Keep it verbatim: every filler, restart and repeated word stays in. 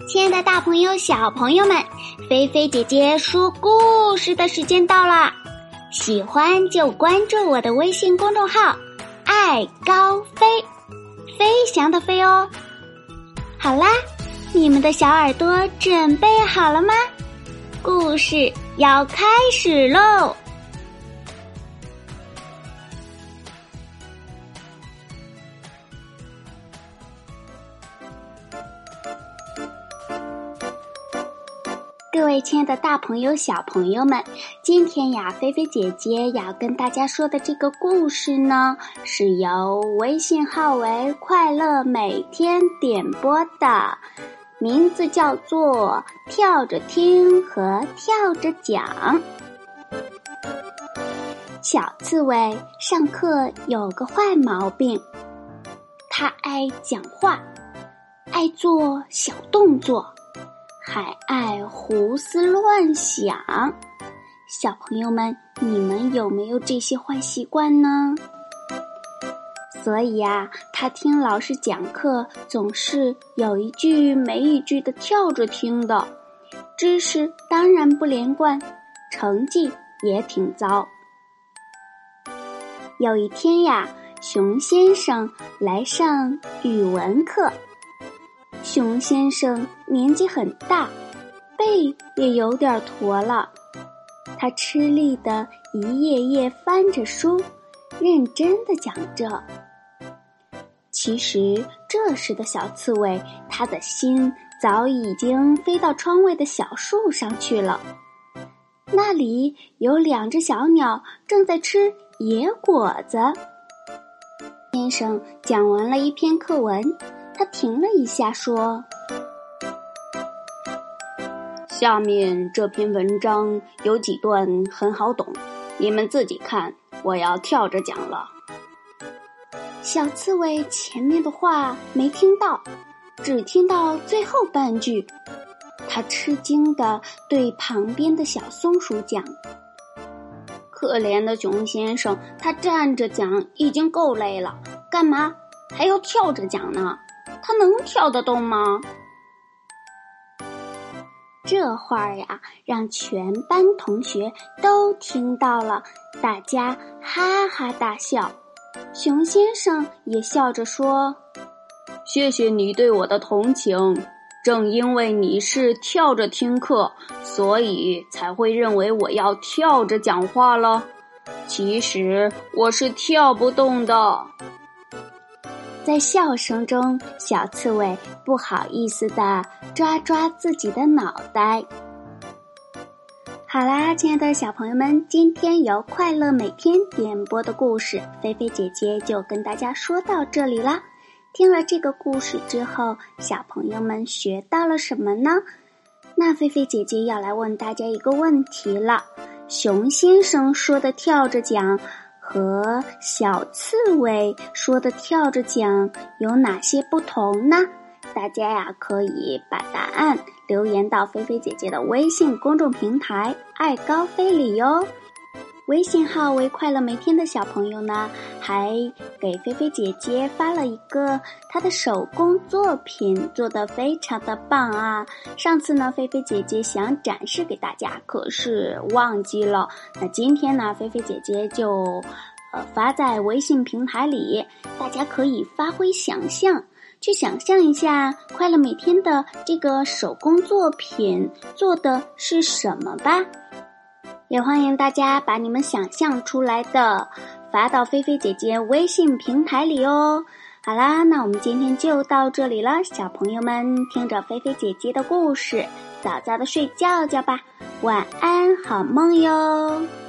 亲爱的大朋友小朋友们，菲菲姐姐说故事的时间到了，喜欢就关注我的微信公众号爱高飞，飞翔的飞哦。好啦，你们的小耳朵准备好了吗？故事要开始喽。各位亲爱的大朋友小朋友们，今天呀，菲菲姐姐要跟大家说的这个故事呢，是由微信号为快乐每天点播的，名字叫做跳着听和跳着讲。小刺猬上课有个坏毛病，他爱讲话，爱做小动作，还爱胡思乱想。小朋友们，你们有没有这些坏习惯呢？所以呀，他听老师讲课总是有一句没一句的跳着听的，知识当然不连贯，成绩也挺糟。有一天呀，熊先生来上语文课，熊先生年纪很大，背也有点驼了，他吃力地一页页翻着书，认真地讲着。其实这时的小刺猬，他的心早已经飞到窗外的小树上去了，那里有两只小鸟正在吃野果子。先生讲完了一篇课文，他停了一下说，下面这篇文章有几段很好懂，你们自己看，我要跳着讲了。小刺猬前面的话没听到，只听到最后半句，他吃惊地对旁边的小松鼠讲，可怜的熊先生，他站着讲已经够累了，干嘛还要跳着讲呢？他能跳得动吗？这话呀，让全班同学都听到了，大家哈哈大笑。熊先生也笑着说，谢谢你对我的同情，正因为你是跳着听课，所以才会认为我要跳着讲话了。其实我是跳不动的。在笑声中，小刺猬不好意思地抓抓自己的脑袋。好啦，亲爱的小朋友们，今天由快乐每天点播的故事，菲菲姐姐就跟大家说到这里啦。听了这个故事之后，小朋友们学到了什么呢？那菲菲姐姐要来问大家一个问题了，熊先生说的跳着讲和小刺猬说的跳着讲有哪些不同呢？大家呀，可以把答案留言到菲菲姐姐的微信公众平台爱高飞里哟。微信号为快乐每天的小朋友呢，还给菲菲姐姐发了一个她的手工作品，做得非常的棒啊！上次呢，菲菲姐姐想展示给大家，可是忘记了。那今天呢，菲菲姐姐就呃发在微信平台里，大家可以发挥想象，去想象一下快乐每天的这个手工作品做的是什么吧。也欢迎大家把你们想象出来的发到菲菲姐姐微信平台里哦。好啦，那我们今天就到这里了，小朋友们听着菲菲姐姐的故事，早早的睡觉觉吧，晚安，好梦哟。